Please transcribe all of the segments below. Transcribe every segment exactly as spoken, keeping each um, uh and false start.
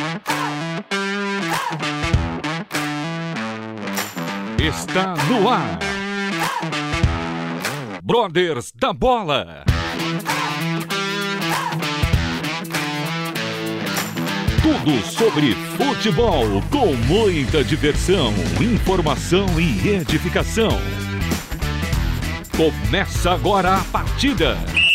Está no ar. Brothers da Bola. Tudo sobre futebol com muita diversão, informação e edificação. Começa agora a partida.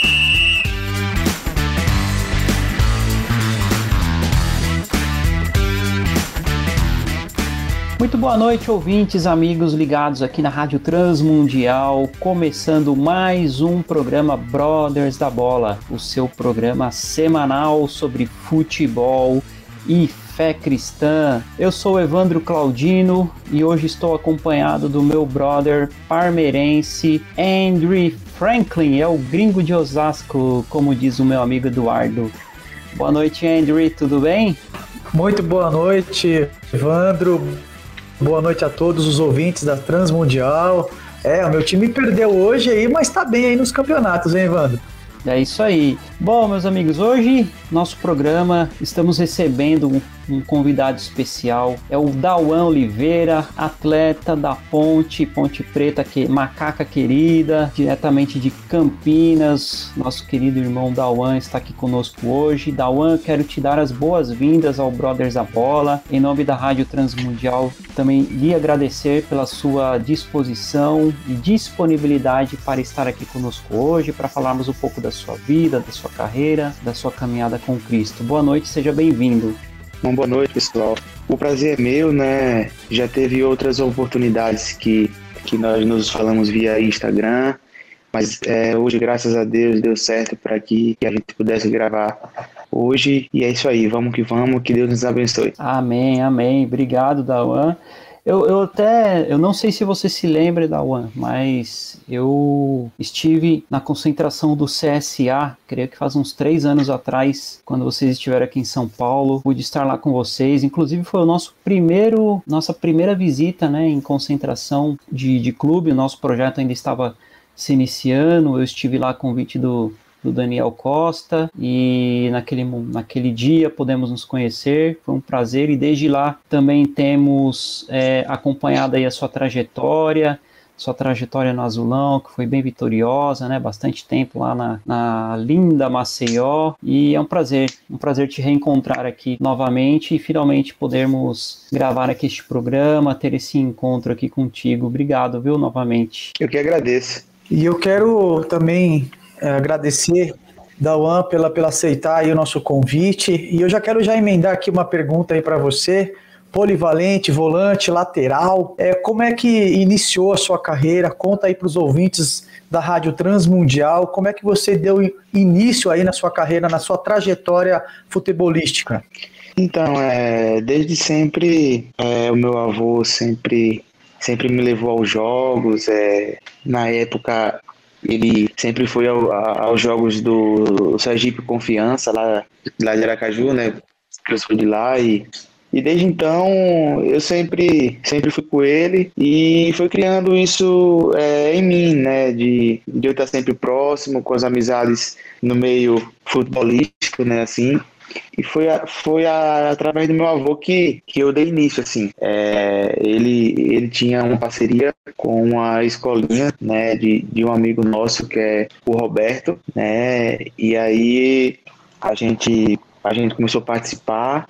Muito boa noite, ouvintes, amigos ligados aqui na Rádio Transmundial, começando mais um programa Brothers da Bola, o seu programa semanal sobre futebol e fé cristã. Eu sou Evandro Claudino e hoje estou acompanhado do meu brother parmeirense Andrew Franklin, é o gringo de Osasco, como diz o meu amigo Eduardo. Boa noite, Andrew, tudo bem? Muito boa noite, Evandro. Boa noite a todos os ouvintes da Transmundial. É, o meu time perdeu hoje aí, mas tá bem aí nos campeonatos, hein, Evandro? É isso aí. Bom, meus amigos, hoje nosso programa estamos recebendo um, um convidado especial. É o Dauan Oliveira, atleta da Ponte, Ponte Preta, que, macaca querida, diretamente de Campinas. Nosso querido irmão Dauan está aqui conosco hoje. Dauan, quero te dar as boas-vindas ao Brothers da Bola. Em nome da Rádio Transmundial, também lhe agradecer pela sua disposição e disponibilidade para estar aqui conosco hoje, para falarmos um pouco da sua vida, da sua carreira, da sua caminhada com Cristo. Boa noite, seja bem-vindo. Bom, boa noite, pessoal. O prazer é meu, né? Já teve outras oportunidades que, que nós nos falamos via Instagram, mas é, hoje, graças a Deus, deu certo para que, que a gente pudesse gravar hoje. E é isso aí, vamos que vamos, que Deus nos abençoe. Amém, amém. Obrigado, Dauan. Eu, eu até, eu não sei se você se lembra, Dauan, mas eu estive na concentração do C S A, creio que faz uns três anos atrás, quando vocês estiveram aqui em São Paulo, pude estar lá com vocês, inclusive foi o nosso primeiro, nossa primeira visita, né, em concentração de, de clube, o nosso projeto ainda estava se iniciando, eu estive lá a convite do do Daniel Costa, e naquele, naquele dia podemos nos conhecer, foi um prazer, e desde lá também temos é, acompanhado aí a sua trajetória, sua trajetória no Azulão, que foi bem vitoriosa, né, bastante tempo lá na, na linda Maceió, e é um prazer, um prazer te reencontrar aqui novamente, e finalmente podermos gravar aqui este programa, ter esse encontro aqui contigo. Obrigado, viu, novamente. Eu que agradeço. E eu quero também É, agradecer, Dauan, pela, pela aceitar aí o nosso convite, e eu já quero já emendar aqui uma pergunta aí para você, polivalente, volante, lateral, é, como é que iniciou a sua carreira? Conta aí para os ouvintes da Rádio Transmundial, como é que você deu início aí na sua carreira, na sua trajetória futebolística? Então, é, desde sempre, é, o meu avô sempre, sempre me levou aos jogos, é, na época ele sempre foi ao, a, aos jogos do Sergipe Confiança, lá, lá de Aracaju, né? Eu sou de lá e, e desde então eu sempre, sempre fui com ele e foi criando isso é, em mim, né? De, de eu estar sempre próximo, com as amizades no meio futebolístico, né? Assim. E foi, a, foi a, através do meu avô que, que eu dei início, assim. É, ele, ele tinha uma parceria com uma escolinha, né, de, de um amigo nosso, que é o Roberto, né, e aí a gente, a gente começou a participar,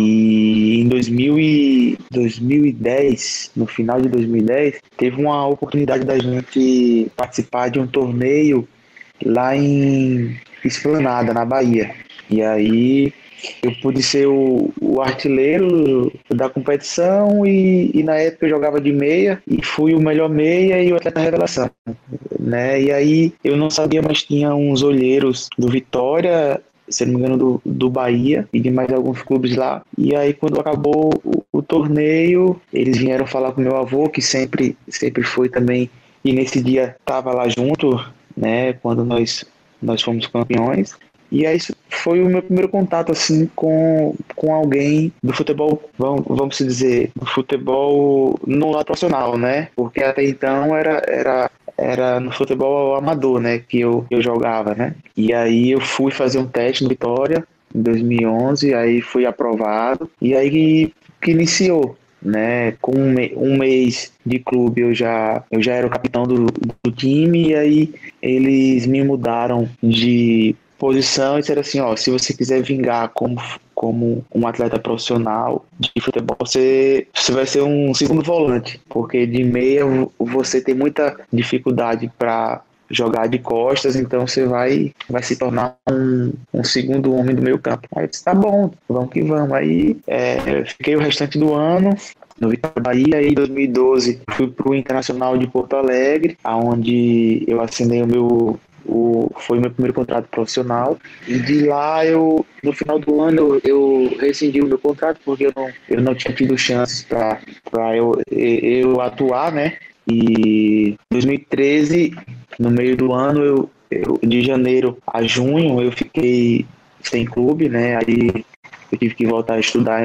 e em dois mil e, dois mil e dez, no final de dois mil e dez, teve uma oportunidade da gente participar de um torneio lá em Esplanada, na Bahia. E aí eu pude ser o, o artilheiro da competição e, e na época eu jogava de meia e fui o melhor meia e o atleta revelação, né? E aí eu não sabia, mas tinha uns olheiros do Vitória, se não me engano do, do Bahia e de mais alguns clubes lá. E aí quando acabou o, o torneio, eles vieram falar com meu avô, que sempre, sempre foi também, e nesse dia estava lá junto, né? Quando nós, nós fomos campeões. E aí foi o meu primeiro contato assim com, com alguém do futebol, vamos, vamos dizer, do futebol no lado profissional, né? Porque até então era, era, era no futebol amador, né? Que eu, eu jogava, né? E aí eu fui fazer um teste no Vitória, em dois mil e onze, aí fui aprovado, e aí que, que iniciou, né? Com um, me- um mês de clube eu já, eu já era o capitão do, do time, e aí eles me mudaram de posição e disseram assim, ó, se você quiser vingar como, como um atleta profissional de futebol, você, você vai ser um segundo volante, porque de meia você tem muita dificuldade para jogar de costas, então você vai, vai se tornar um, um segundo homem do meio campo. Aí eu disse, tá bom, vamos que vamos. Aí é, fiquei o restante do ano no Vitória Bahia, e em dois mil e doze fui para o Internacional de Porto Alegre, onde eu assinei o meu o, foi o meu primeiro contrato profissional, e de lá eu, no final do ano, eu, eu rescindi o meu contrato, porque eu não, eu não tinha tido chances para eu, eu atuar, né? E em dois mil e treze, no meio do ano, eu, eu, de janeiro a junho, eu fiquei sem clube, né? Aí eu tive que voltar a estudar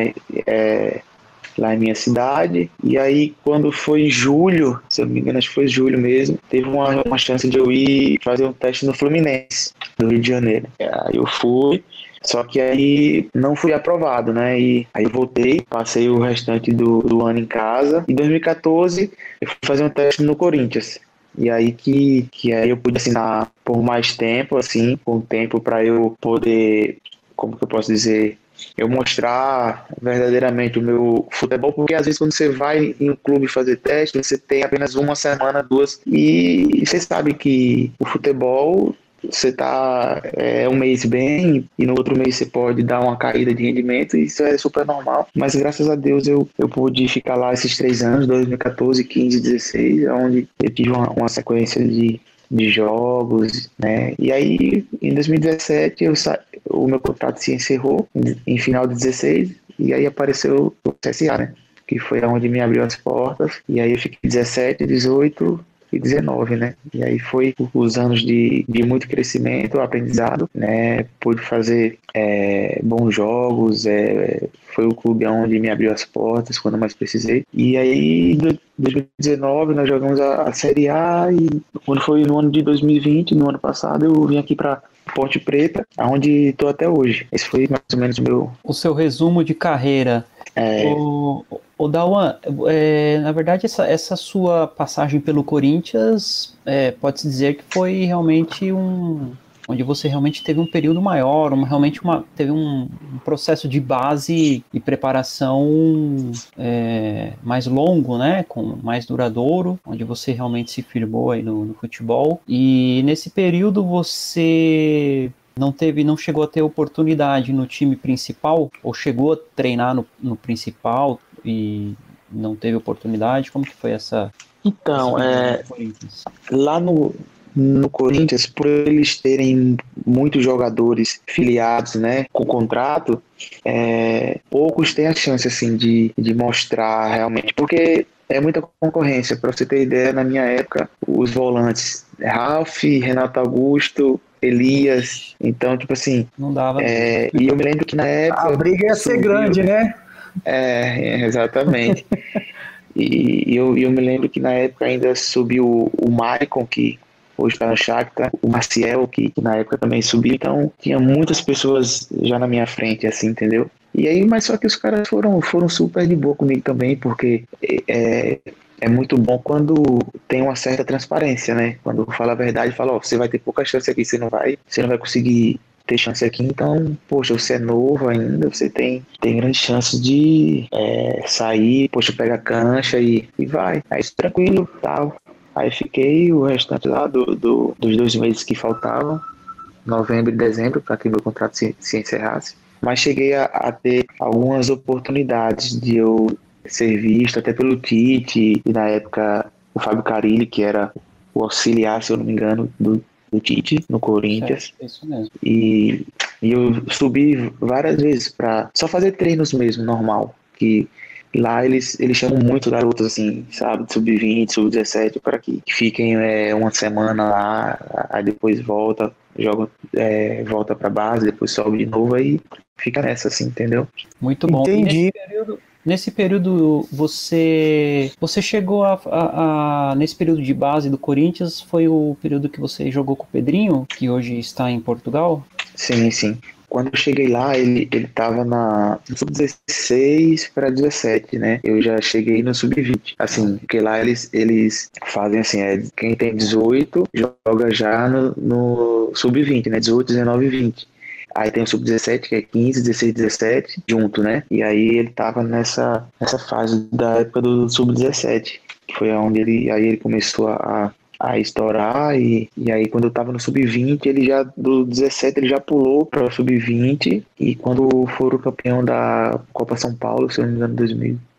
é, lá em minha cidade. E aí, quando foi em julho, se eu não me engano, acho que foi julho mesmo, teve uma, uma chance de eu ir fazer um teste no Fluminense, do Rio de Janeiro. Aí eu fui, só que aí não fui aprovado, né? E aí eu voltei, passei o restante do, do ano em casa. Em dois mil e quatorze, eu fui fazer um teste no Corinthians. E aí que, que aí eu pude assinar por mais tempo, assim, com tempo para eu poder, como que eu posso dizer, eu mostrar verdadeiramente o meu futebol, porque às vezes quando você vai em um clube fazer teste, você tem apenas uma semana, duas, e você sabe que o futebol, você tá é, um mês bem, e no outro mês você pode dar uma caída de rendimento, e isso é super normal, mas graças a Deus eu, eu pude ficar lá esses três anos, dois mil e quatorze, quinze, dezesseis, onde eu tive uma, uma sequência de de jogos, né? E aí, em dois mil e dezessete, eu sa... o meu contrato se encerrou em, em final de dezesseis, e aí apareceu o C S A, né? Que foi onde me abriu as portas, e aí eu fiquei dezessete, dezoito e dezenove, né? E aí foi os anos de, de muito crescimento, aprendizado, né? Pude fazer é, bons jogos, é, foi o clube onde me abriu as portas quando eu mais precisei. E aí, em dois mil e dezenove, nós jogamos a, a Série A, e quando foi no ano de dois mil e vinte, no ano passado, eu vim aqui para Ponte Preta, onde estou até hoje. Esse foi mais ou menos o meu... O seu resumo de carreira. É... O, o Dauan, é, na verdade, essa, essa sua passagem pelo Corinthians, é, pode-se dizer que foi realmente um... onde você realmente teve um período maior, uma, realmente uma, teve um, um processo de base e preparação é, mais longo, né, com, mais duradouro, onde você realmente se firmou aí no, no futebol. E nesse período você não teve, não chegou a ter oportunidade no time principal, ou chegou a treinar no, no principal e não teve oportunidade? Como que foi essa... Então, é, lá no... no Corinthians, por eles terem muitos jogadores filiados, né, com contrato, é, poucos têm a chance, assim, de, de mostrar realmente, porque é muita concorrência. Para você ter ideia, na minha época, os volantes, Ralf, Renato Augusto, Elias, então, tipo assim, não dava. É, e eu me lembro que na época... A briga ia ser subiu, grande, né? É, exatamente. E eu, eu me lembro que na época ainda subiu o Maicon, que hoje está no Shakhtar, o Maciel, que, que na época também subiu, então tinha muitas pessoas já na minha frente, assim, entendeu? E aí, mas só que os caras foram, foram super de boa comigo também, porque é, é muito bom quando tem uma certa transparência, né? Quando fala a verdade, fala, ó, você vai ter pouca chance aqui, você não vai, você não vai conseguir ter chance aqui, então, poxa, você é novo ainda, você tem, tem grande chance de é, sair, poxa, pega a cancha e, e vai. Aí, tranquilo, tal. Aí fiquei o restante lá do, do, dos dois meses que faltavam, novembro e dezembro, para que meu contrato se, se encerrasse. Mas cheguei a, a ter algumas oportunidades de eu ser visto, até pelo Tite, e na época o Fábio Carilli, que era o auxiliar, se eu não me engano, do, do Tite, no Corinthians. É, isso mesmo. E, e eu subi várias vezes para só fazer treinos mesmo, normal, que lá eles, eles chamam muito garotos, assim, sabe, de sub vinte, sub dezessete, para que fiquem é, uma semana lá, aí depois volta, joga, é, volta para base, depois sobe de novo, aí fica nessa, assim, entendeu? Muito bom. Entendi. Nesse período, nesse período você, você chegou a, a, a... Nesse período de base do Corinthians, foi o período que você jogou com o Pedrinho, que hoje está em Portugal? Sim, sim. quando eu cheguei lá, ele, ele tava na sub dezesseis para dezessete, né? Eu já cheguei no sub vinte. Assim, porque lá eles, eles fazem assim, é, quem tem dezoito joga já no, no sub vinte, né? dezoito, dezenove e vinte. Aí tem o sub dezessete, que é quinze, dezesseis, dezessete, junto, né? E aí ele tava nessa, nessa fase da época do sub dezessete, que foi onde ele, aí ele começou a, a estourar, e, e aí quando eu tava no sub vinte, ele já, do dezessete, ele já pulou para o sub vinte, e quando for o campeão da Copa São Paulo, se eu não me engano, dois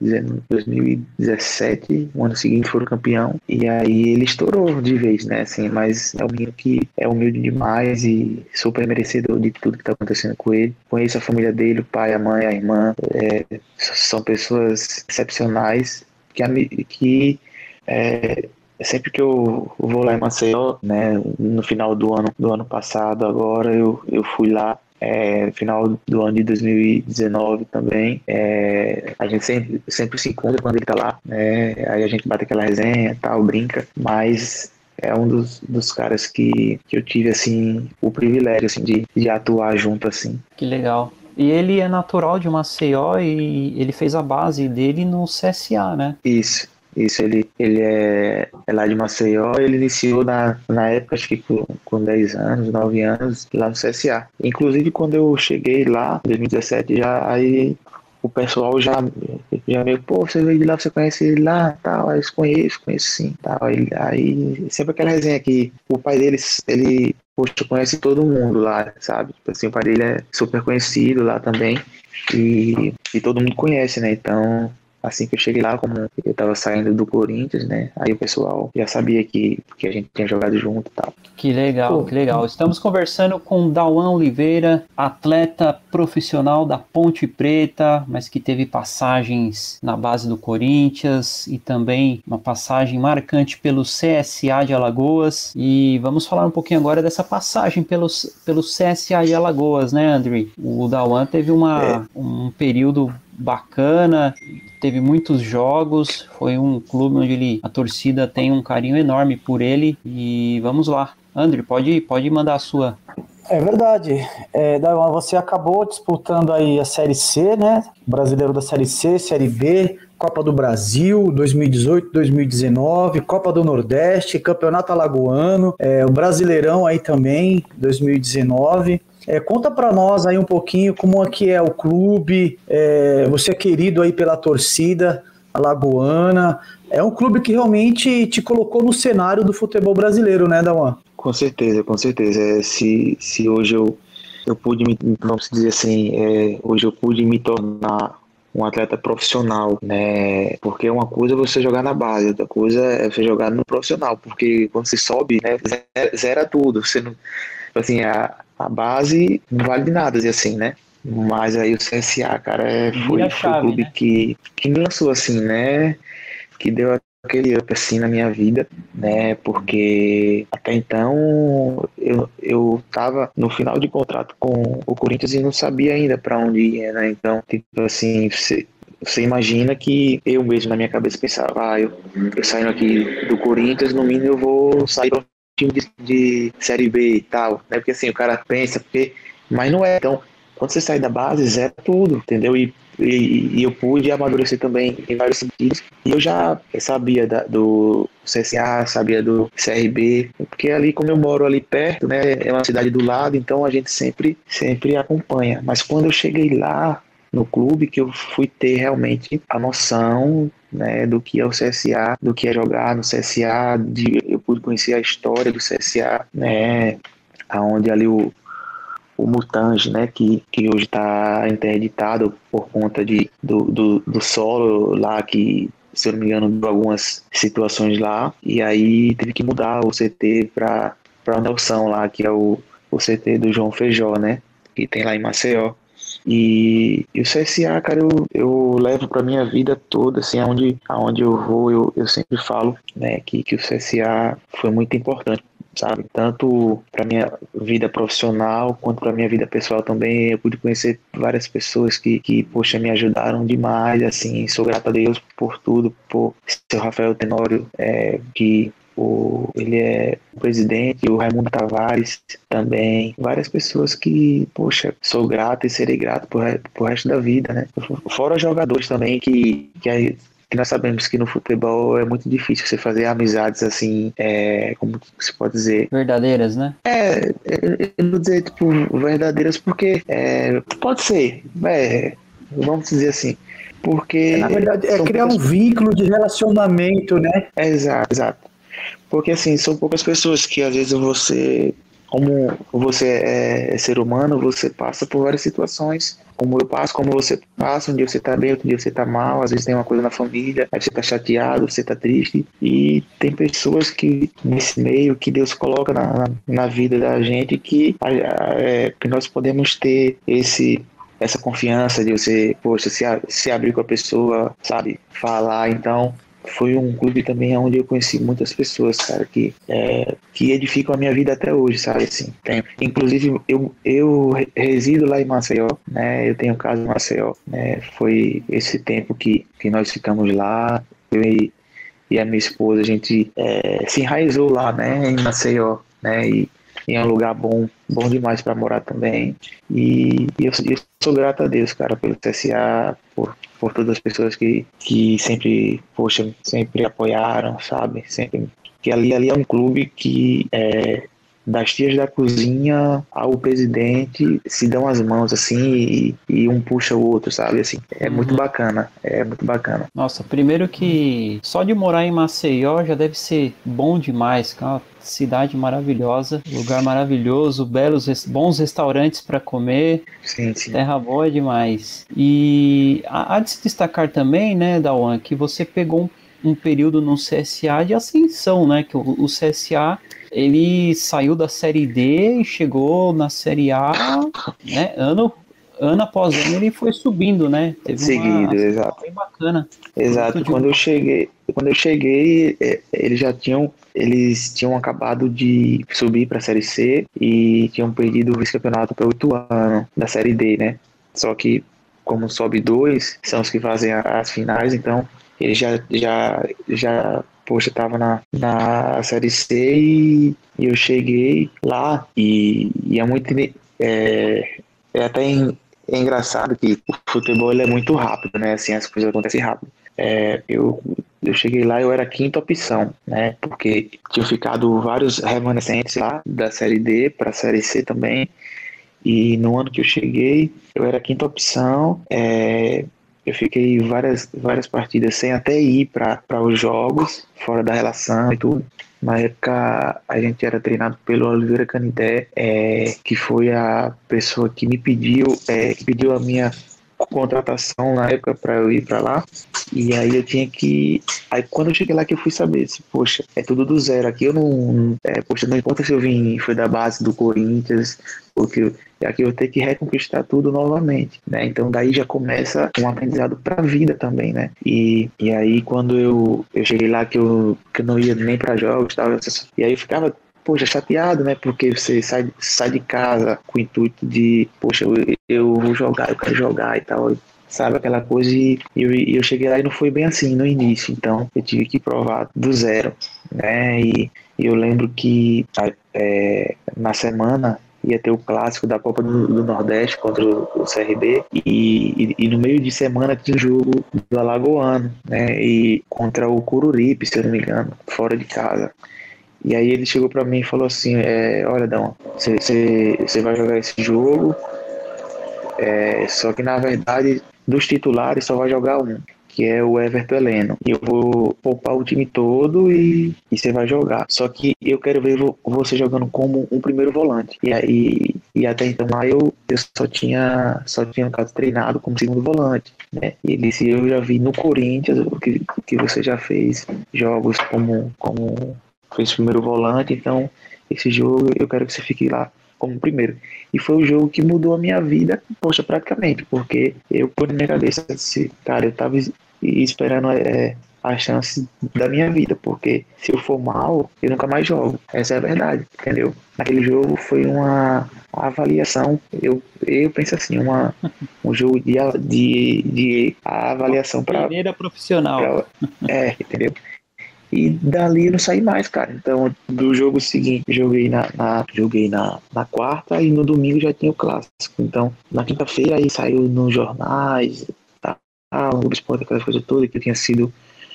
mil e dezessete, o ano seguinte foram campeão, e aí ele estourou de vez, né, assim, mas é um menino que é humilde demais e super merecedor de tudo que tá acontecendo com ele. Conheço a família dele, o pai, a mãe, a irmã, é, são pessoas excepcionais, que, que é, sempre que eu vou lá em Maceió, né, no final do ano, do ano passado, agora eu, eu fui lá, é, no final do ano de dois mil e dezenove também, é, a gente sempre, sempre se encontra quando ele tá lá, né, aí a gente bate aquela resenha, tal, brinca, mas é um dos, dos caras que, que eu tive, assim, o privilégio, assim, de, de atuar junto, assim. Que legal. E ele é natural de Maceió e ele fez a base dele no C S A, né? Isso. Isso, ele, ele é, é lá de Maceió, ele iniciou na, na época, acho que com, com dez anos, nove anos, lá no C S A. Inclusive, quando eu cheguei lá, em dois mil e dezessete, já, aí o pessoal já, já meio, pô, você veio de lá, você conhece ele lá, tal, aí eu conheço, conheço sim, tal. Aí, aí sempre aquela resenha que o pai deles, ele, poxa, conhece todo mundo lá, sabe? Tipo assim, o pai dele é super conhecido lá também, e, e todo mundo conhece, né? Então, assim que eu cheguei lá, como eu tava saindo do Corinthians, né? Aí o pessoal já sabia que, que a gente tinha jogado junto e tal. Que legal, Pô. que legal. Estamos conversando com Dauan Oliveira, atleta profissional da Ponte Preta, mas que teve passagens na base do Corinthians e também uma passagem marcante pelo C S A de Alagoas. E vamos falar um pouquinho agora dessa passagem pelo, pelo C S A de Alagoas, né, André? O Dauan teve uma, é. um período bacana, teve muitos jogos, foi um clube onde ele, a torcida tem um carinho enorme por ele, e vamos lá. André, pode, pode mandar a sua. É verdade, é, você acabou disputando aí a Série C, né, Brasileiro da Série C, Série B, Copa do Brasil, dois mil e dezoito, dois mil e dezenove, Copa do Nordeste, Campeonato Alagoano, é, o Brasileirão aí também, dois mil e dezenove. É, conta para nós aí um pouquinho como é que é o clube, é, você é querido aí pela torcida alagoana, é um clube que realmente te colocou no cenário do futebol brasileiro, né, Dauan? Com certeza, com certeza. É, se, se hoje eu, eu pude, me, vamos dizer assim, é, hoje eu pude me tornar um atleta profissional, né? Porque uma coisa é você jogar na base, outra coisa é você jogar no profissional, porque quando você sobe, né, zera, zera tudo. Você não, assim, a, a base não vale de nada, assim, né? Mas aí o C S A, cara, é, foi, chave, foi o clube, né, que, que me lançou, assim, né? Que deu aquele up, assim, na minha vida, né? Porque até então eu, eu tava no final de contrato com o Corinthians e não sabia ainda pra onde ia, né? Então, tipo assim, você, você imagina que eu mesmo na minha cabeça pensava, ah, eu, eu saindo aqui do Corinthians, no mínimo eu vou sair para um time de, de Série B e tal, né? Porque assim, o cara pensa, porque, mas não é. Então, quando você sai da base, zera tudo, entendeu? E, e, e eu pude amadurecer também em vários sentidos. E eu já sabia da, do C S A, sabia do C R B, porque ali, como eu moro ali perto, né, é uma cidade do lado, então a gente sempre, sempre acompanha. Mas quando eu cheguei lá no clube, que eu fui ter realmente a noção, né, do que é o C S A, do que é jogar no C S A, de, eu pude conhecer a história do C S A, né, aonde ali o o Mutange, né, que, que hoje está interditado por conta de, do, do, do solo lá, que, se eu não me engano, deu algumas situações lá, e aí teve que mudar o C T para o Nelson lá, que é o, o C T do João Feijó, né, que tem lá em Maceió. E, e o C S A, cara, eu, eu levo pra minha vida toda, assim, aonde, aonde eu vou, eu, eu sempre falo, né, que, que o C S A foi muito importante, sabe? Tanto para minha vida profissional quanto para minha vida pessoal também. Eu pude conhecer várias pessoas que, que, poxa, me ajudaram demais, assim, sou grato a Deus por tudo, por seu Rafael Tenório, é, que o, ele é o presidente, o Raimundo Tavares também, várias pessoas que, poxa, sou grato e serei grato pro, re- pro resto da vida, né? Fora jogadores também que, que, aí- que nós sabemos que no futebol é muito difícil você fazer amizades assim, é, como se pode dizer, Verdadeiras, né? é, é, eu não vou dizer, tipo, verdadeiras, porque é, pode ser, é, vamos dizer assim, porque Na verdade, é são criar um poucas- vínculo de relacionamento, né? é, exato, exato. Porque assim, são poucas pessoas que às vezes você, como você é ser humano, você passa por várias situações, como eu passo, como você passa, um dia você tá bem, outro dia você tá mal, às vezes tem uma coisa na família, aí você tá chateado, você tá triste, e tem pessoas que nesse meio que Deus coloca na, na, na vida da gente que, a- a- é, que nós podemos ter esse essa confiança de você, poxa, se, a- se abrir com a pessoa, sabe, falar, então foi um clube também onde eu conheci muitas pessoas, cara, que, é, que edificam a minha vida até hoje, sabe, assim. Tem, inclusive, eu, eu re- resido lá em Maceió, né, eu tenho casa em Maceió, né, foi esse tempo que, que nós ficamos lá, eu e, e a minha esposa, a gente é, se enraizou lá, né, em Maceió, né, e, e é um lugar bom, bom demais para morar também, e, e eu, eu sou grato a Deus, cara, pelo C S A, por por todas as pessoas que, que sempre, poxa, sempre apoiaram, sabe? Sempre. Que ali, ali é um clube que é, das tias da cozinha ao presidente se dão as mãos assim e, e um puxa o outro, sabe? Assim, é muito Uhum. bacana, é muito bacana. Nossa, primeiro que só de morar em Maceió já deve ser bom demais, que é uma cidade maravilhosa, lugar maravilhoso, belos, res- bons restaurantes para comer, Sim, sim. terra boa demais. E há há de se destacar também, né, Dawan, que você pegou um, um período no C S A de ascensão, né, que o, o C S A ele saiu da Série D e chegou na Série A, né, ano ano após ano ele foi subindo, né? Teve Seguido, uma ascensão exato. bem bacana. Exato. Fruto de Quando um- eu cheguei, quando eu cheguei, é, eles já tinham, eles tinham acabado de subir para a Série C e tinham perdido o vice-campeonato para o Ituano da Série D, né? Só que como sobe dois, são os que fazem a- as finais, então eles já, já, já, poxa, tava na, na Série C e, e eu cheguei lá e, e é muito, é, é até em- é engraçado que o futebol ele é muito rápido, né? Assim, as coisas acontecem rápido. É, eu, eu cheguei lá, eu era a quinta opção, né? Porque tinham ficado vários remanescentes lá da Série D para a Série C também. E no ano que eu cheguei, eu era a quinta opção. É, eu fiquei várias, várias partidas sem até ir para os jogos, fora da relação e tudo. Na época, a gente era treinado pelo Oliveira Canidé, é, que foi a pessoa que me pediu, é, que pediu a minha contratação na época para eu ir para lá. E aí eu tinha que. Aí quando eu cheguei lá que eu fui saber, assim, poxa, é tudo do zero. Aqui eu não. É, poxa, não importa se eu vim, foi da base do Corinthians, porque aqui eu vou ter que reconquistar tudo novamente, né? Então daí já começa um aprendizado para a vida também, né? E, e aí quando eu, eu cheguei lá que eu, que eu não ia nem para jogos, tal, e aí eu ficava, poxa, chateado, né? Porque você sai, sai de casa com o intuito de, poxa, eu, eu vou jogar, eu quero jogar e tal, sabe? Aquela coisa, e eu, eu cheguei lá e não foi bem assim no início, então eu tive que provar do zero, né? E, e eu lembro que é, na semana ia ter o clássico da Copa do, do Nordeste contra o, o C R B e, e, e no meio de semana tinha o jogo do Alagoano, né? E contra o Coruripe, se eu não me engano, fora de casa. E aí ele chegou pra mim e falou assim, é, olha, Dão, você vai jogar esse jogo, é, só que na verdade dos titulares só vai jogar um, que é o Everton Heleno. E eu vou poupar o time todo e você vai jogar. Só que eu quero ver você jogando como um primeiro volante. E aí, e até então lá eu, eu só tinha, só tinha no caso, treinado como segundo volante, né? E ele disse, eu já vi no Corinthians que, que você já fez jogos como, como fez primeiro volante, então esse jogo eu quero que você fique lá como primeiro. E foi o jogo que mudou a minha vida, poxa, praticamente, porque eu pus na minha cabeça, assim, cara, eu tava esperando é, a chance da minha vida, porque se eu for mal, eu nunca mais jogo. Essa é a verdade, entendeu? Naquele jogo foi uma avaliação, eu, eu penso assim, uma, um jogo de, de, de avaliação para... Peneira profissional. Pra, é, entendeu? E dali eu não saí mais, cara. Então, do jogo seguinte, joguei na, na, joguei na, na quarta e no domingo já tinha o clássico. Então, na quinta-feira aí saiu nos jornais, tá, o Globo Esporte, aquela coisa toda, que eu tinha sido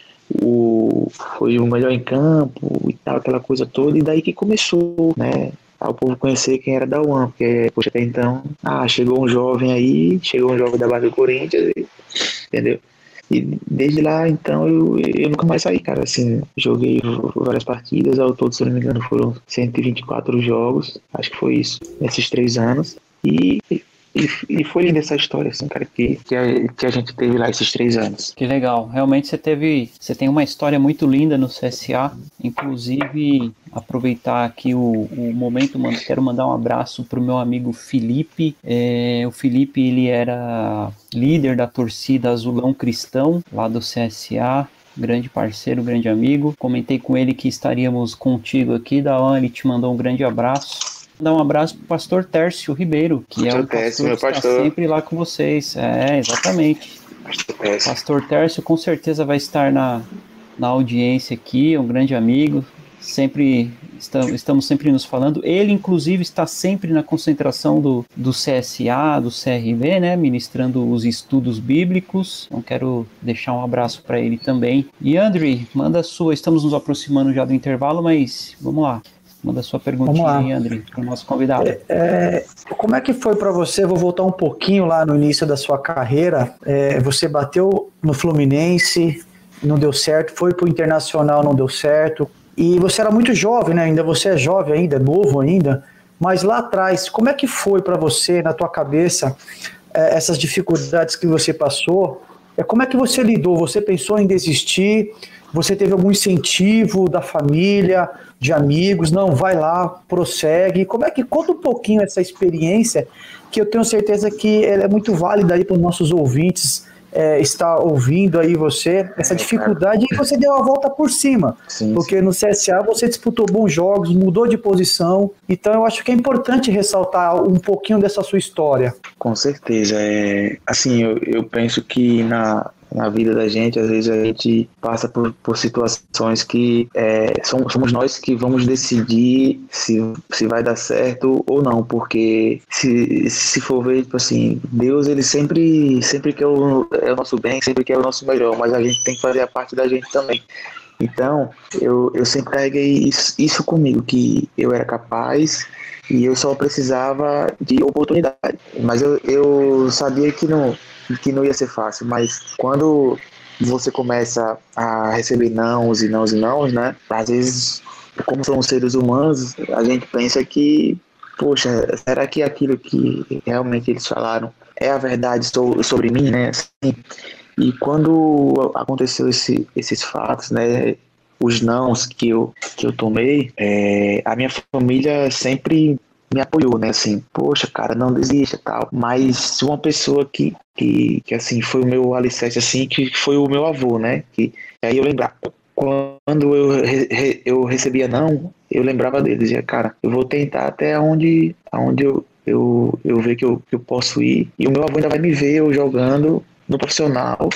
o, foi o melhor em campo e tal, aquela coisa toda. E daí que começou, né? O povo conhecer quem era da U A M, porque, poxa, até então, ah, chegou um jovem aí, chegou um jovem da base do Corinthians, entendeu? E desde lá, então, eu, eu nunca mais saí, cara, assim, joguei várias partidas, ao todo, se eu não me engano, foram cento e vinte e quatro jogos, acho que foi isso, nesses três anos, e... E, e foi linda essa história, assim, cara, que, que, a, que a gente teve lá esses três anos. Que legal. Realmente você teve, você tem uma história muito linda no C S A. Inclusive, aproveitar aqui o, o momento, mano, quero mandar um abraço pro meu amigo Felipe. É, o Felipe, ele era líder da torcida Azulão Cristão, lá do C S A. Grande parceiro, grande amigo. Comentei com ele que estaríamos contigo aqui, Dawan, ele te mandou um grande abraço. Dar um abraço pro pastor Tércio Ribeiro, que pastor é o Tércio, pastor meu que pastor. está sempre lá com vocês. É, exatamente. Pastor Tércio. Pastor Tércio com certeza vai estar na, na audiência aqui, é um grande amigo, sempre estamos, estamos sempre nos falando. Ele, inclusive, está sempre na concentração do, do C S A, do C R B, né, ministrando os estudos bíblicos. Então, quero deixar um abraço para ele também. E, André, manda a sua, estamos nos aproximando já do intervalo, mas vamos lá. Manda sua perguntinha aí, André, para o nosso convidado. É, é, como é que foi para você? Vou voltar um pouquinho lá no início da sua carreira. É, você bateu no Fluminense, não deu certo, foi para o Internacional, não deu certo. E você era muito jovem, né? Ainda você é jovem ainda, é novo ainda. Mas lá atrás, como é que foi para você, na tua cabeça, é, essas dificuldades que você passou? É, como é que você lidou? Você pensou em desistir? Você teve algum incentivo da família, de amigos? Não, vai lá, prossegue. Como é que conta um pouquinho essa experiência, que eu tenho certeza que ela é muito válida aí para os nossos ouvintes é, estar ouvindo aí você, essa é, dificuldade, e você deu a volta por cima. Sim, porque sim. No C S A você disputou bons jogos, mudou de posição, então eu acho que é importante ressaltar um pouquinho dessa sua história. Com certeza. É, assim, eu, eu penso que na... na vida da gente, às vezes a gente passa por, por situações que é, somos, somos nós que vamos decidir se, se vai dar certo ou não, porque se, se for ver, tipo assim, Deus, ele sempre, sempre quer o, é o nosso bem, sempre quer o nosso melhor, mas a gente tem que fazer a parte da gente também. Então, eu, eu sempre carreguei isso, isso comigo, que eu era capaz e eu só precisava de oportunidade, mas eu, eu sabia que não que não ia ser fácil, mas quando você começa a receber nãos e nãos e nãos, né, às vezes, como somos seres humanos, a gente pensa que, poxa, será que aquilo que realmente eles falaram é a verdade sobre mim, né, assim, e quando aconteceu esse, esses fatos, né, os nãos que eu, que eu tomei, é, a minha família sempre me apoiou, né, assim, poxa, cara, não desista, tal, mas uma pessoa que, que, que assim, foi o meu alicerce, assim, que foi o meu avô, né, que aí eu lembrava, quando eu, re, eu recebia não, eu lembrava dele, dizia, cara, eu vou tentar até onde, aonde eu, eu, eu ver que eu, que eu posso ir, e o meu avô ainda vai me ver eu jogando no profissional,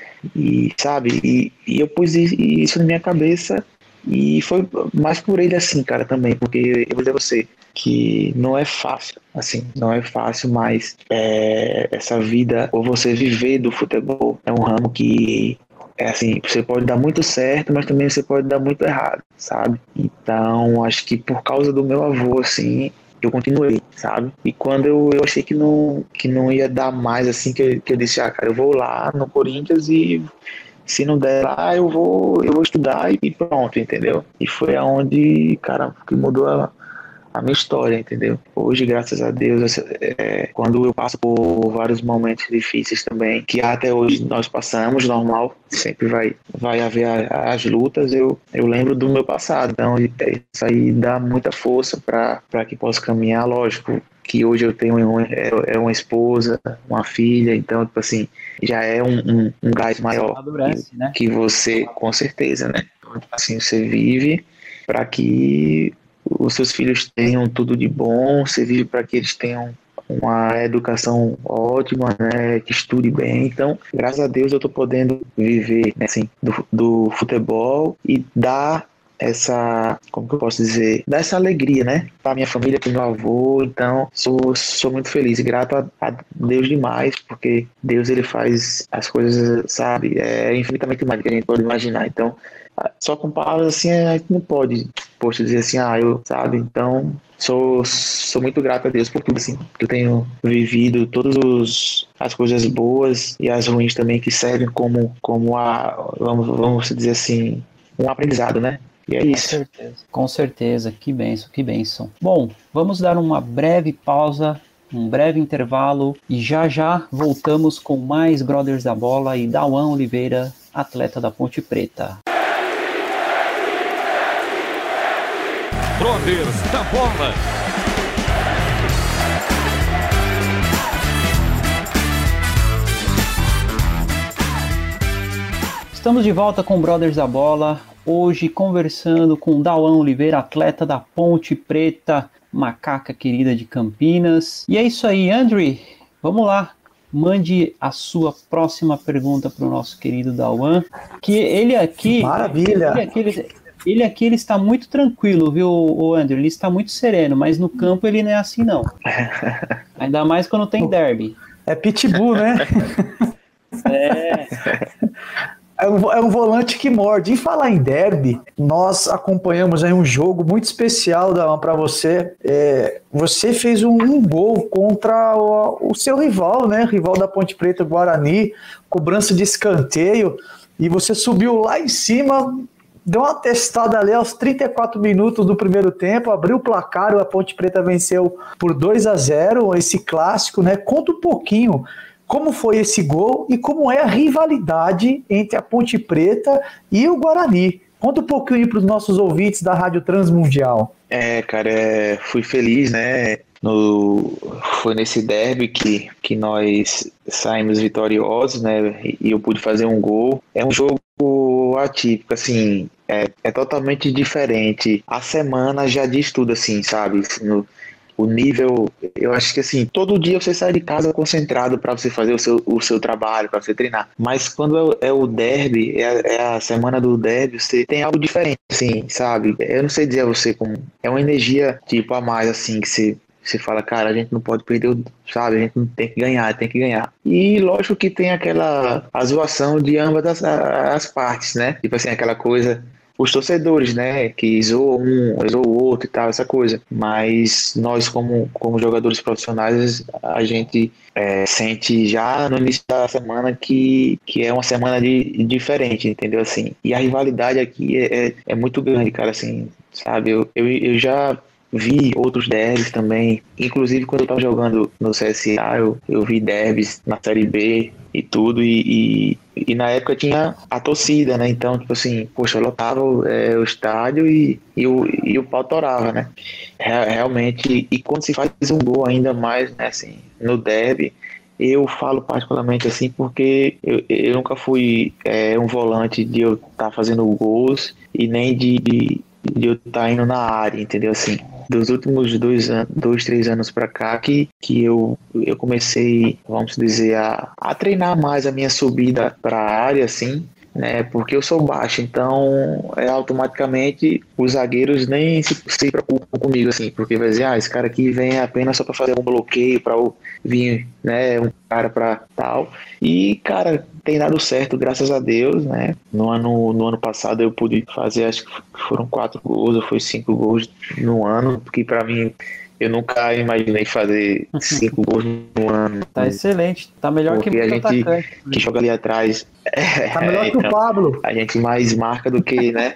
e, sabe, e, e eu pus isso na minha cabeça, e foi mais por ele assim, cara, também, porque eu vou dizer a você que não é fácil, assim, não é fácil, mas é, essa vida, ou você viver do futebol, é um ramo que, é assim, você pode dar muito certo, mas também você pode dar muito errado, sabe? Então, acho que por causa do meu avô, assim, eu continuei, sabe? E quando eu, eu achei que não, que não ia dar mais, assim, que eu, que eu disse, ah, cara, eu vou lá no Corinthians e se não der lá, eu vou, eu vou estudar e pronto, entendeu? E foi aonde, cara, que mudou a, a minha história, entendeu? Hoje, graças a Deus, é, quando eu passo por vários momentos difíceis também, que até hoje nós passamos, normal, sempre vai, vai haver a, as lutas, eu, eu lembro do meu passado. Então, isso aí dá muita força para que possa caminhar, lógico, que hoje eu tenho uma, é uma esposa, uma filha, então, tipo assim, já é um, um, um gás maior que, né? que você, com certeza, né? Então, assim, você vive para que os seus filhos tenham tudo de bom, você vive para que eles tenham uma educação ótima, né, que estude bem. Então, graças a Deus eu tô podendo viver, né, assim, do, do futebol e dar essa, como que eu posso dizer, dar essa alegria, né, para minha família, para meu avô. Então, sou, sou muito feliz e grato a, a Deus demais, porque Deus, ele faz as coisas, sabe, é infinitamente mais do que a gente pode imaginar. Então, só com palavras assim, a gente não pode, poxa, dizer assim, ah, eu, sabe, então, sou, sou muito grato a Deus por tudo, assim, que eu tenho vivido, todas os, as coisas boas e as ruins também, que servem como, como a, vamos, vamos dizer assim, um aprendizado, né? E é isso. Com certeza, com certeza, que bênção, que bênção. Bom, vamos dar uma breve pausa, um breve intervalo e já já voltamos com mais Brothers da Bola e Dauan Oliveira, atleta da Ponte Preta. Brothers da Bola. Estamos de volta com Brothers da Bola. Hoje conversando com Dauan Oliveira, atleta da Ponte Preta, macaca querida de Campinas. E é isso aí, André, vamos lá, mande a sua próxima pergunta para o nosso querido Dauan, que ele aqui... Maravilha! Ele aqui, ele, ele aqui ele está muito tranquilo, viu, o André? Ele está muito sereno, mas no campo ele não é assim, não. Ainda mais quando tem derby. É pitbull, né? É... É um, é um volante que morde. E falar em derby, nós acompanhamos aí um jogo muito especial para você. É, você fez um, um gol contra o, o seu rival, né? Rival da Ponte Preta, Guarani, cobrança de escanteio. E você subiu lá em cima, deu uma testada ali aos trinta e quatro minutos do primeiro tempo, abriu o placar, a Ponte Preta venceu por dois a zero, esse clássico, né? Conta um pouquinho como foi esse gol e como é a rivalidade entre a Ponte Preta e o Guarani. Conta um pouquinho para os nossos ouvintes da Rádio Transmundial. É, cara, é, fui feliz, né? No, foi nesse derby que, que nós saímos vitoriosos, né? E eu pude fazer um gol. É um jogo atípico, assim, é, é totalmente diferente. A semana já diz tudo, assim, sabe? No, O nível, eu acho que assim, todo dia você sai de casa concentrado para você fazer o seu, o seu trabalho, para você treinar. Mas quando é, é o derby, é a, é a semana do derby, você tem algo diferente, assim, sabe? Eu não sei dizer a você como. É uma energia, tipo, a mais, assim, que você, você fala, cara, a gente não pode perder, o, sabe? A gente não tem que ganhar, tem que ganhar. E lógico que tem aquela a zoação de ambas as, as partes, né? Tipo assim, aquela coisa. Os torcedores, né, que zoam um, zoam o outro e tal, essa coisa. Mas nós, como, como jogadores profissionais, a gente é, sente já no início da semana que, que é uma semana de, diferente, entendeu? Assim, e a rivalidade aqui é, é, é muito grande, cara, assim, sabe? Eu, eu, eu já vi outros derbys também, inclusive quando eu tava jogando no C S A, eu, eu vi derbys na Série B e tudo, e, e, e na época tinha a torcida, né? Então, tipo assim, poxa, lotava é, o estádio e, e, o, e o pau torava, né? Realmente, e quando se faz um gol ainda mais, né, assim, no derby, eu falo particularmente assim porque eu, eu nunca fui é, um volante de eu estar tá fazendo gols e nem de, de, de eu estar tá indo na área, entendeu? Assim, dos últimos dois, an- dois três anos pra cá que, que eu, eu comecei, vamos dizer, a, a treinar mais a minha subida pra área, assim, né? Porque eu sou baixo, então é, automaticamente os zagueiros nem se, se preocupam comigo, assim, porque vai dizer, ah, esse cara aqui vem apenas só pra fazer um bloqueio, pra vir, né, um cara pra tal. E, cara, tem dado certo, graças a Deus, né? No ano, no ano passado eu pude fazer, acho que foram quatro gols, ou foi cinco gols no ano, porque pra mim, eu nunca imaginei fazer cinco gols no ano. Tá excelente, tá melhor que porque a muito gente atacante. que joga ali atrás, Tá melhor é, que o então, Pablo. a gente mais marca do que, né?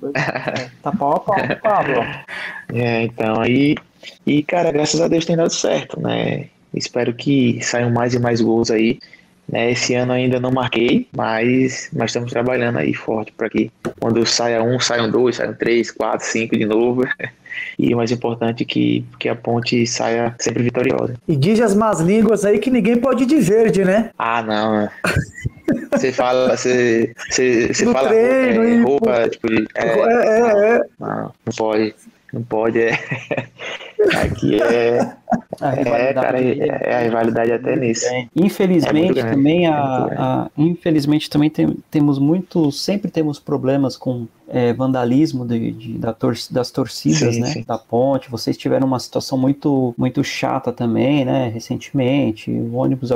Tá pau a pau, Pablo. É, então aí, e cara, graças a Deus tem dado certo, né? Espero que saiam mais e mais gols aí, né? Esse ano ainda não marquei, mas, mas estamos trabalhando aí forte para que quando saia um, saiam dois, saiam três, quatro, cinco de novo. E o mais importante é que, que a Ponte saia sempre vitoriosa. E diz as más línguas aí que ninguém pode ir de verde, né? Ah, não. Você fala, você, você, você No fala treino, é, e, roupa, pô, tipo, é, é, é, é. não, não pode, não pode, é, aqui é, A É, cara, é, é, é a rivalidade até nisso. grande. Infelizmente, grande, também, é a, muito grande. a- infelizmente também tem- temos muito, sempre temos problemas com é, vandalismo de, de- da tor- das torcidas, Sim, né? sim. Da ponte. Vocês tiveram uma situação muito, muito chata também, né? Recentemente, o ônibus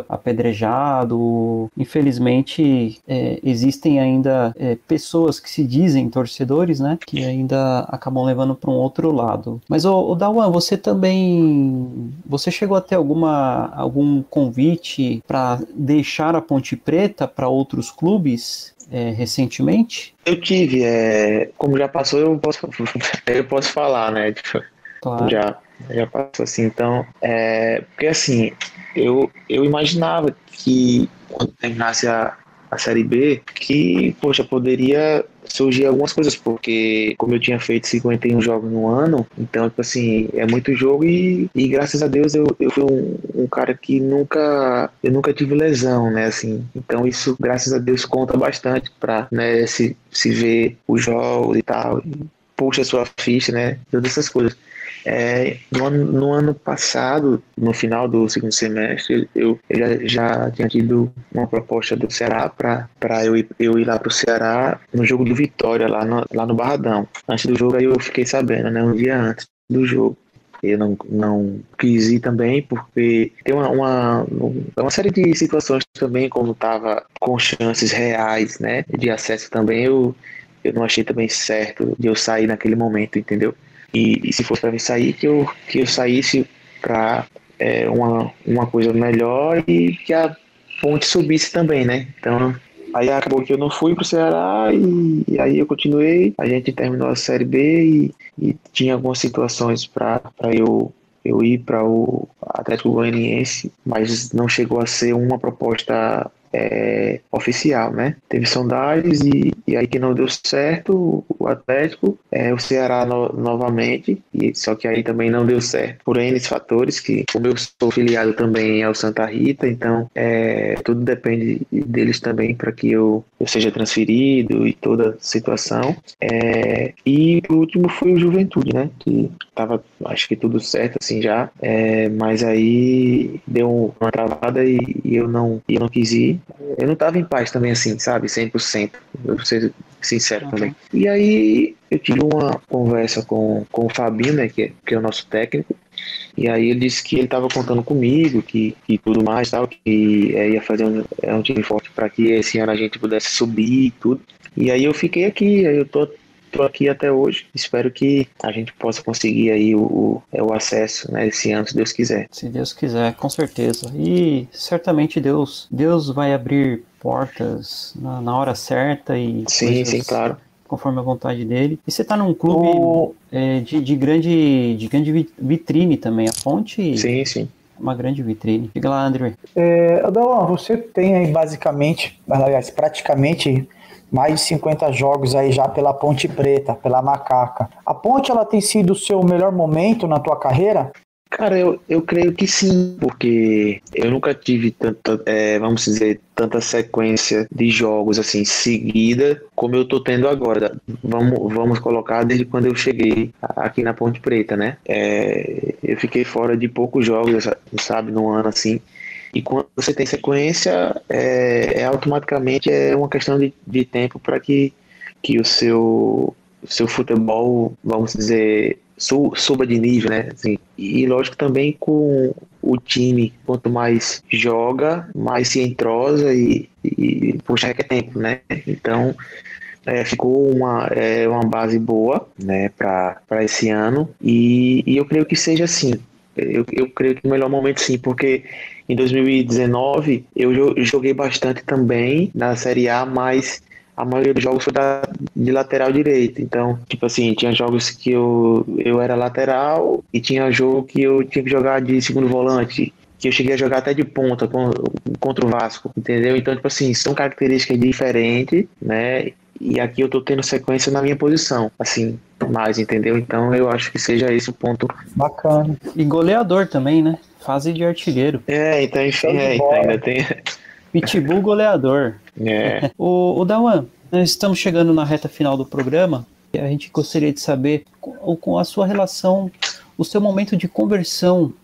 apedrejado. Infelizmente, é, existem ainda é, pessoas que se dizem torcedores, né? Que ainda acabam levando para um outro lado. Mas, ô, ô Dawan, você também, você chegou a ter alguma, algum convite para deixar a Ponte Preta para outros clubes? É, recentemente? Eu tive, é, como já passou, eu posso, eu posso falar, né? Tipo, Claro. já, já passou assim, então, é, porque assim, eu, eu imaginava que quando terminasse a, a Série B, que, poxa, poderia surgir algumas coisas, porque como eu tinha feito cinquenta e um jogos no ano, então, tipo assim, é muito jogo e, e graças a Deus eu, eu fui um, um cara que nunca, eu nunca tive lesão, né, assim, então isso, graças a Deus, conta bastante pra, né, se, se ver os jogos e tal, e puxa a sua ficha, né, todas essas coisas. É, no, ano, no ano passado, no final do segundo semestre, eu, eu já, já tinha tido uma proposta do Ceará para eu, ir- eu ir lá para o Ceará no jogo do Vitória, lá no, lá no Barradão. Antes do jogo, aí eu fiquei sabendo, né, um dia antes do jogo. Eu não, não quis ir também, porque tem uma, uma, uma série de situações também, como estava com chances reais, né, de acesso também, eu, eu não achei também certo de eu sair naquele momento, entendeu? E, e se fosse para mim sair, que eu, que eu saísse para é, uma, uma coisa melhor e que a ponte subisse também, né? Então, aí acabou que eu não fui pro Ceará e, e aí eu continuei. A gente terminou a Série B e, e tinha algumas situações para eu, eu ir para o Atlético Goianiense, mas não chegou a ser uma proposta é, oficial, né? Teve sondagens e, e aí que não deu certo o Atlético, é, o Ceará no, novamente, e, só que aí também não deu certo por N fatores, que como eu sou filiado também ao Santa Rita, então é, tudo depende deles também para que eu, eu seja transferido e toda a situação. É, e por último foi o Juventude, né? Que tava, acho que tudo certo assim já, é, mas aí deu uma travada e, e eu não, e eu não quis ir. Eu não estava em paz também assim, sabe, cem por cento, eu vou ser sincero Uhum. também. E aí eu tive uma conversa com, com o Fabinho, né, que é, que é o nosso técnico, e aí ele disse que ele estava contando comigo, que, que tudo mais, tal, que é, ia fazer um, é, um time forte para que esse ano a gente pudesse subir e tudo. E aí eu fiquei aqui, aí eu tô Estou aqui até hoje, espero que a gente possa conseguir aí o, o, é, o acesso, né, esse ano, se Deus quiser. Se Deus quiser, com certeza. E certamente Deus, Deus vai abrir portas na, na hora certa e Sim, coisas sim, claro. conforme a vontade dele. E você está num clube O- é, de, de grande, de grande vi- vitrine também. A Ponte Sim, sim. é uma grande vitrine. Diga lá, André. É, Adão, você tem aí basicamente, aliás, praticamente mais de cinquenta jogos aí já pela Ponte Preta, pela Macaca. A Ponte, ela tem sido o seu melhor momento na tua carreira? Cara, eu, eu creio que sim, porque eu nunca tive tanta, é, vamos dizer, tanta sequência de jogos assim, seguida, como eu tô tendo agora. Vamos, vamos colocar desde quando eu cheguei aqui na Ponte Preta, né? É, eu fiquei fora de poucos jogos, sabe, no ano assim. E quando você tem sequência, é, é automaticamente é uma questão de, de tempo para que, que o seu, o seu futebol, vamos dizer, su, suba de nível, né? Assim, e lógico também com o time, quanto mais joga, mais se entrosa e, e puxa, requer tempo, né? Então, é, ficou uma, é, uma base boa, né, para esse ano e, e eu creio que seja assim. Eu, eu creio que o melhor momento sim, porque em dois mil e dezenove eu jo- joguei bastante também na Série A, mas a maioria dos jogos foi da, de lateral direito. Então, tipo assim, tinha jogos que eu, eu era lateral e tinha jogo que eu tinha que jogar de segundo volante, que eu cheguei a jogar até de ponta con- contra o Vasco, entendeu? Então, tipo assim, são características diferentes, né? E aqui eu tô tendo sequência na minha posição, assim, mais, entendeu? Então eu acho que seja esse o ponto. Bacana. E goleador também, né? Fase de artilheiro. É, então, enfim, Show de é, então bola. ainda tem. Pitbull goleador. É, O, o Dawan, nós estamos chegando na reta final do programa e a gente gostaria de saber com, com a sua relação, o seu momento de conversão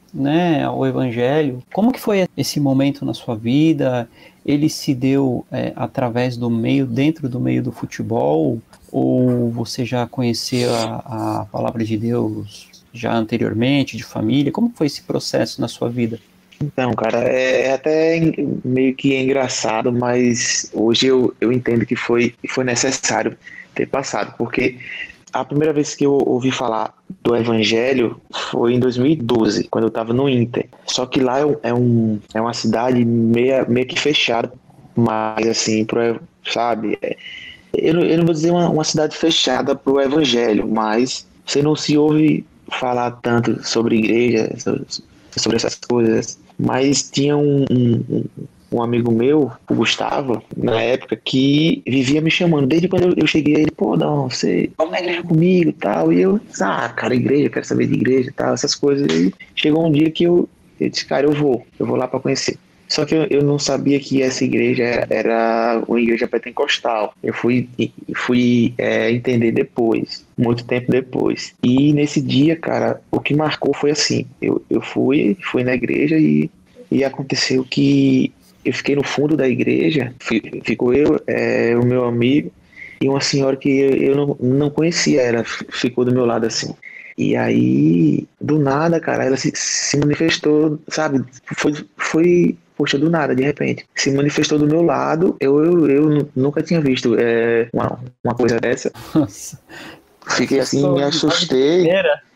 né, ao Evangelho. Como que foi esse momento na sua vida? Ele se deu é, através do meio, dentro do meio do futebol? Ou você já conhecia a, a palavra de Deus já anteriormente, de família? Como foi esse processo na sua vida? Então, cara, é até meio que engraçado, mas hoje eu, eu entendo que foi, foi necessário ter passado, porque a primeira vez que eu ouvi falar do Evangelho foi em dois mil e doze, quando eu estava no Inter. Só que lá é, um, é uma cidade meio, meio que fechada, mas assim, pro, sabe? Eu não, eu não vou dizer uma, uma cidade fechada para o Evangelho, mas você não se ouve falar tanto sobre igreja, sobre, sobre essas coisas. Mas tinha um, um, um amigo meu, o Gustavo, na época, que vivia me chamando. Desde quando eu cheguei, ele, pô, não, você vai na igreja comigo e tal. E eu, ah, cara, igreja, quero saber de igreja e tal, essas coisas. E chegou um dia que eu, eu disse, cara, eu vou, eu vou lá para conhecer. Só que eu, eu não sabia que essa igreja era, era uma igreja pentecostal. Eu fui, fui é, entender depois, muito tempo depois. E nesse dia, cara, o que marcou foi assim, eu, eu fui, fui na igreja e, e aconteceu que eu fiquei no fundo da igreja, ficou eu, é, o meu amigo e uma senhora que eu, eu não, não conhecia, ela ficou do meu lado assim. E aí, do nada, cara, ela se, se manifestou, sabe, foi... foi poxa, do nada, de repente, se manifestou do meu lado. Eu, eu, eu nunca tinha visto é, uma, uma coisa dessa. Nossa. Fiquei assim, me assustei.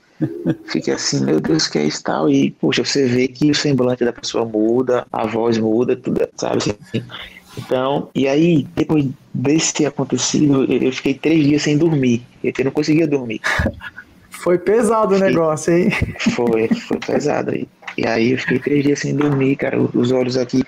Fiquei assim, meu Deus, que é isso tal? E, poxa, você vê que o semblante da pessoa muda, a voz muda, tudo, sabe assim. Então, e aí, depois desse acontecido, eu fiquei três dias sem dormir. Eu não conseguia dormir. Foi pesado o negócio, hein? Foi, foi pesado aí. E aí eu fiquei três dias sem dormir, cara, os olhos aqui,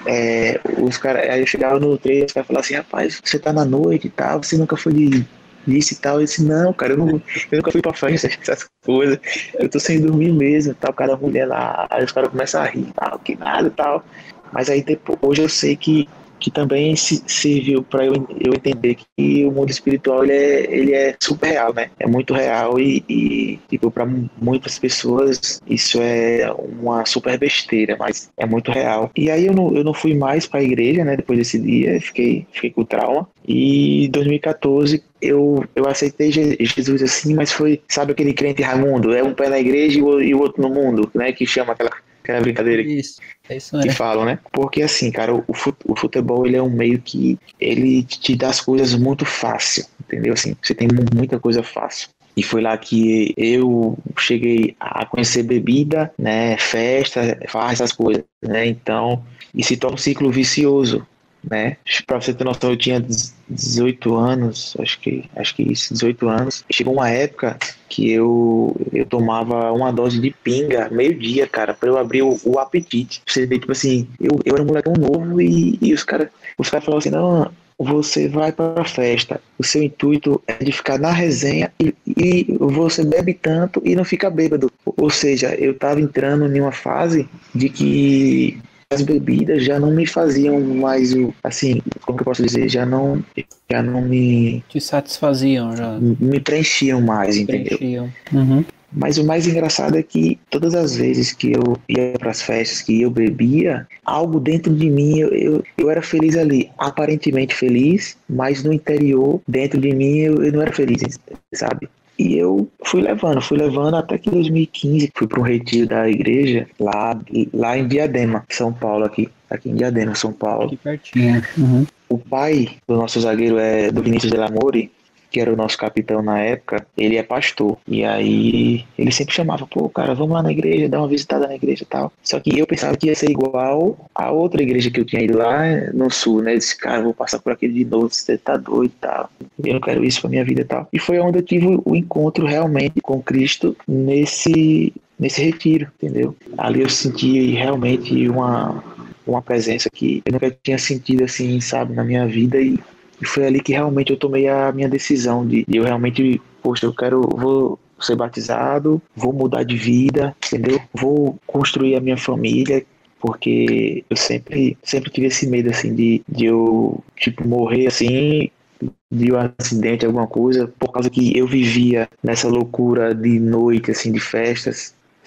é, os caras, aí eu chegava no treino, os caras falavam assim, rapaz, você tá na noite e tal, você nunca foi de disso e tal. Eu disse, não, cara, eu, não, eu nunca fui pra festa, essas coisas, eu tô sem dormir mesmo, tal, cada mulher lá, aí os caras começam a rir, tal, que nada e tal. Mas aí depois, hoje eu sei que que também se serviu para eu, eu entender que o mundo espiritual ele é, ele é super real, né? É muito real e, e tipo, para muitas pessoas isso é uma super besteira, mas é muito real. E aí eu não, eu não fui mais para a igreja, né? Depois desse dia, fiquei, fiquei com trauma. E em dois mil e catorze eu, eu aceitei Jesus assim, mas foi, sabe aquele crente Raimundo? É um pé na igreja e o, e o outro no mundo, né? Que chama aquela... aquela brincadeira isso, é isso que falam, né? Porque assim, cara, o, o futebol ele é um meio que ele te dá as coisas muito fácil, entendeu? Assim, você tem muita coisa fácil. E foi lá que eu cheguei a conhecer bebida, né? Festa, farra, essas coisas, né? Então, e se torna um ciclo vicioso, né? Pra você ter noção, eu tinha dezoito anos, acho que, acho que isso, dezoito anos. Chegou uma época que eu, eu tomava uma dose de pinga meio-dia, cara, pra eu abrir o, o apetite. Você vê, tipo assim, eu, eu era um molecão novo e, e os caras os cara falavam assim, não, você vai pra festa, o seu intuito é de ficar na resenha e, e você bebe tanto e não fica bêbado. Ou seja, eu tava entrando em uma fase de que as bebidas já não me faziam mais o, assim, como que eu posso dizer, já não, já não me... Te satisfaziam já. Me preenchiam mais, entendeu? Preenchiam. Uhum. Mas o mais engraçado é que todas as vezes que eu ia para as festas, que eu bebia, algo dentro de mim, eu, eu, eu era feliz ali, aparentemente feliz, mas no interior, dentro de mim, eu, eu não era feliz, sabe? E eu fui levando, fui levando até que em dois mil e quinze fui para um retiro da igreja lá, lá em Diadema, São Paulo, aqui, aqui em Diadema, São Paulo. Aqui pertinho. Uhum. O pai do nosso zagueiro é do Vinícius Delamore, que era o nosso capitão na época, ele é pastor. E aí ele sempre chamava, pô, cara, vamos lá na igreja, dar uma visitada na igreja e tal. Só que eu pensava que ia ser igual a outra igreja que eu tinha ido lá no sul, né? Eu disse, cara, eu vou passar por aqui de novo, você tá doido e tal. Eu não quero isso pra minha vida e tal. E foi onde eu tive o encontro realmente com Cristo nesse, nesse retiro, entendeu? Ali eu senti realmente uma, uma presença que eu nunca tinha sentido assim, sabe, na minha vida. E E foi ali que realmente eu tomei a minha decisão de, de eu realmente, poxa, eu quero, vou ser batizado, vou mudar de vida, entendeu? Vou construir a minha família, porque eu sempre, sempre tive esse medo, assim, de, de eu, tipo, morrer, assim, de um acidente, alguma coisa, por causa que eu vivia nessa loucura de noite, assim, de festas,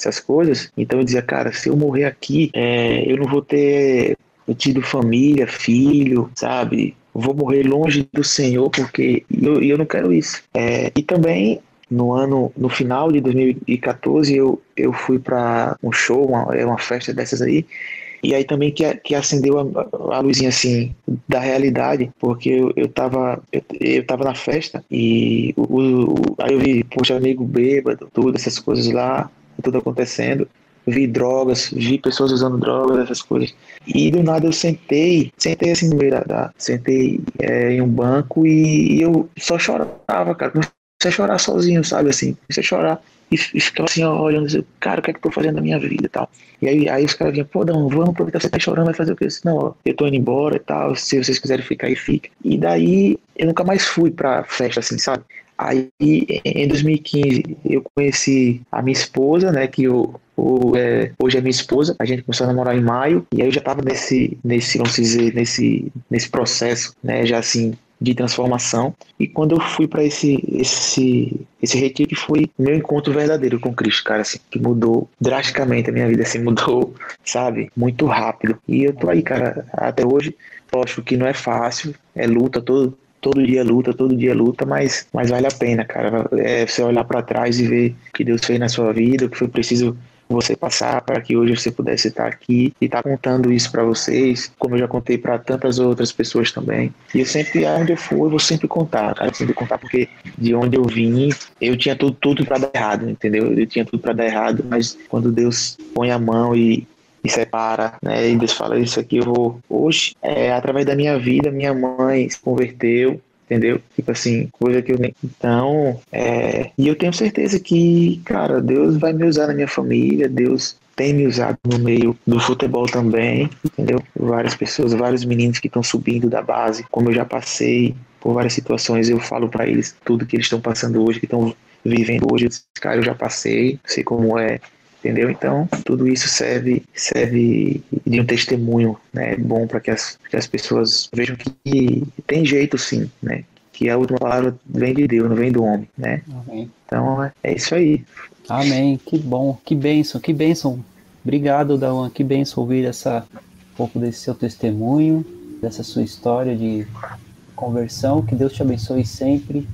essas coisas. Então eu dizia, cara, se eu morrer aqui, é, eu não vou ter tido família, filho, sabe? Vou morrer longe do Senhor, porque eu, eu não quero isso. É, e também, no ano, no final de dois mil e quatorze, eu, eu fui para um show, uma, uma festa dessas aí, e aí também que, que acendeu a, a luzinha assim da realidade, porque eu, eu, tava, eu, eu tava na festa e o, o, aí eu vi, poxa, amigo bêbado, tudo, essas coisas lá, tudo acontecendo. Vi drogas, vi pessoas usando drogas, essas coisas. E do nada eu sentei, sentei assim no meio da, da sentei é, em um banco e, e eu só chorava, cara. Comecei a chorar sozinho, sabe, assim. Comecei a chorar e, e ficava assim, ó, olhando, assim, cara, o que é que eu tô fazendo na minha vida e tal. E aí, aí os caras vinham, pô, não, vamos aproveitar que você tá chorando, vai fazer o quê? Eu disse, não, ó, eu tô indo embora e tal, se vocês quiserem ficar aí, fica. E daí eu nunca mais fui pra festa, assim, sabe. Aí, em dois mil e quinze, eu conheci a minha esposa, né, que eu, eu, é, hoje é minha esposa. A gente começou a namorar em maio, e aí eu já estava nesse, nesse, vamos dizer, nesse, nesse processo, né, já assim, de transformação. E quando eu fui para esse, esse, esse retiro, que foi o meu encontro verdadeiro com Cristo, cara, assim, que mudou drasticamente a minha vida, assim, mudou, sabe, muito rápido. E eu tô aí, cara, até hoje. Lógico que não é fácil, é luta todo Todo dia luta, todo dia luta, mas, mas vale a pena, cara. É você olhar para trás e ver o que Deus fez na sua vida, o que foi preciso você passar para que hoje você pudesse estar aqui e estar contando isso para vocês, como eu já contei para tantas outras pessoas também. E eu sempre, aonde eu for, eu vou sempre contar, cara. Eu sempre contar porque de onde eu vim, eu tinha tudo, tudo para dar errado, entendeu? Eu tinha tudo para dar errado, mas quando Deus põe a mão e e separa, né, e Deus fala, isso aqui eu vou, hoje, é, através da minha vida, minha mãe se converteu, entendeu? Tipo assim, coisa que eu nem... Então, é, e eu tenho certeza que, cara, Deus vai me usar na minha família, Deus tem me usado no meio do futebol também, entendeu? Várias pessoas, vários meninos que estão subindo da base, como eu já passei por várias situações, eu falo pra eles tudo que eles estão passando hoje, que estão vivendo hoje, cara, eu já passei, sei como é, entendeu? Então, tudo isso serve, serve de um testemunho, né, bom para que as, que as pessoas vejam que tem jeito sim, né? Que a última palavra vem de Deus, não vem do homem, né? Amém. Então, é, é isso aí. Amém, que bom, que bênção, que bênção. Obrigado, Dawan, que bênção ouvir essa, um pouco desse seu testemunho, dessa sua história de conversão. Que Deus te abençoe sempre.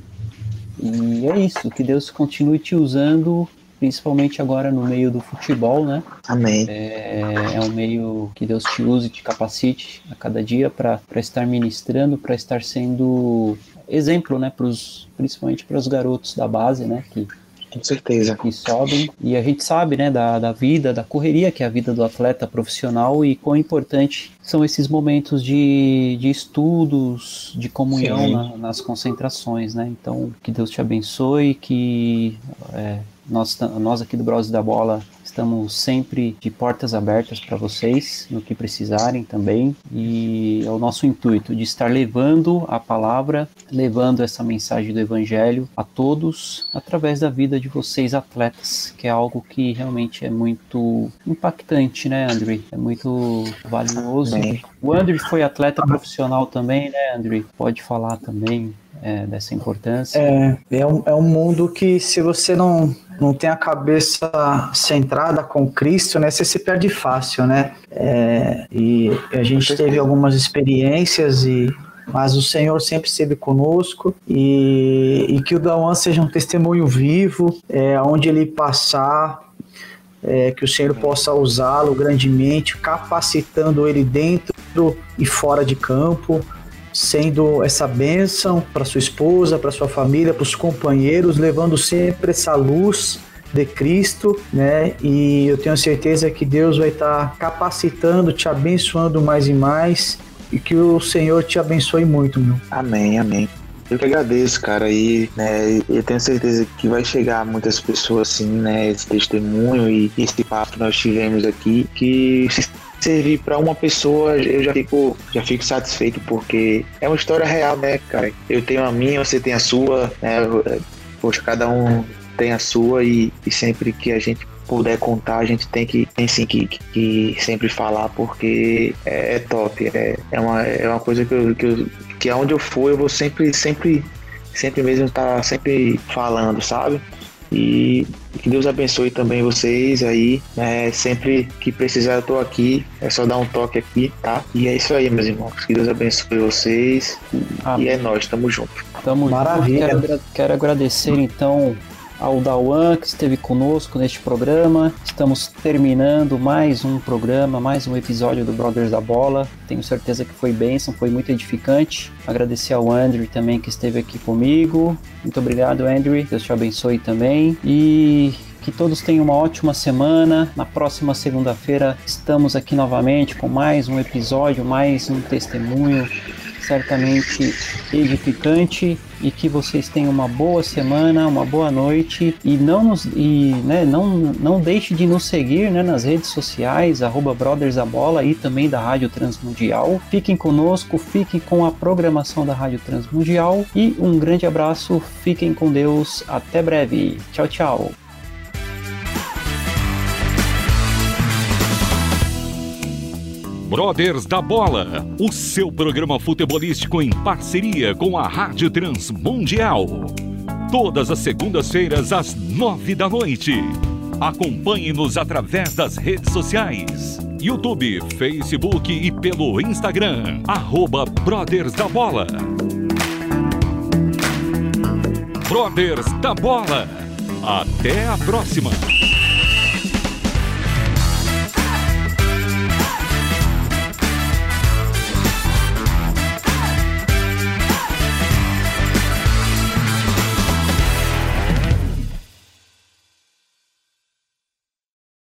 E é isso, que Deus continue te usando, principalmente agora no meio do futebol, né? Amém. É, é um meio que Deus te use e te capacite a cada dia para estar ministrando, para estar sendo exemplo, né? Pros, principalmente para os garotos da base, né? Que, com certeza. Que sobem. E a gente sabe, né? Da, da vida, da correria que é a vida do atleta profissional e quão importante são esses momentos de, de estudos, de comunhão na, nas concentrações, né? Então, que Deus te abençoe, que... É, Nós, nós aqui do Bros da Bola estamos sempre de portas abertas para vocês, no que precisarem também, e é o nosso intuito de estar levando a palavra, levando essa mensagem do Evangelho a todos, através da vida de vocês atletas, que é algo que realmente é muito impactante, né, André? É muito valioso. Bem. O André foi atleta profissional também, né, André? Pode falar também é, dessa importância. É, é um, é um mundo que, se você não não tem a cabeça centrada com Cristo, né, você se perde fácil, né? É, e a gente teve algumas experiências, e, mas o Senhor sempre esteve conosco, e, e que o Dawan seja um testemunho vivo, é, onde ele passar, é, que o Senhor possa usá-lo grandemente, capacitando ele dentro e fora de campo, sendo essa bênção para sua esposa, para sua família, para os companheiros, levando sempre essa luz de Cristo, né? E eu tenho certeza que Deus vai estar capacitando, te abençoando mais e mais, e que o Senhor te abençoe muito, meu. Amém, amém. Eu que agradeço, cara, e né, eu tenho certeza que vai chegar a muitas pessoas assim, né, esse testemunho e esse papo que nós tivemos aqui, que se servir para uma pessoa, eu já fico, já fico satisfeito, porque é uma história real, né, cara? Eu tenho a minha, você tem a sua, né? Poxa, cada um tem a sua, e, e sempre que a gente puder contar, a gente tem que, tem sim que, que, que sempre falar, porque é, é top, é, é, uma, é uma coisa que, eu, que, eu, que aonde eu for, eu vou sempre, sempre, sempre mesmo estar tá sempre falando, sabe? E que Deus abençoe também vocês aí. É, sempre que precisar eu tô aqui. É só dar um toque aqui, tá? E é isso aí, meus irmãos. Que Deus abençoe vocês. Amém. E é nóis, tamo junto. Tamo Maravilha. junto. Quero, quero agradecer então ao Dauan, que esteve conosco neste programa. Estamos terminando mais um programa, mais um episódio do Brothers da Bola. Tenho certeza que foi bênção, foi muito edificante. Agradecer ao Andrew também, que esteve aqui comigo. Muito obrigado, Andrew. Deus te abençoe também. E que todos tenham uma ótima semana. Na próxima segunda-feira estamos aqui novamente com mais um episódio, mais um testemunho certamente edificante, e que vocês tenham uma boa semana, uma boa noite, e não nos, e, né, não, não deixe de nos seguir, né, nas redes sociais, arroba Brothers da Bola, e também da Rádio Transmundial. Fiquem conosco, fiquem com a programação da Rádio Transmundial, e um grande abraço, fiquem com Deus, até breve, tchau, tchau. Brothers da Bola, o seu programa futebolístico em parceria com a Rádio Transmundial. Todas as segundas-feiras às nove da noite. Acompanhe-nos através das redes sociais: YouTube, Facebook e pelo Instagram, arroba Brothers da Bola. Brothers da Bola. Até a próxima.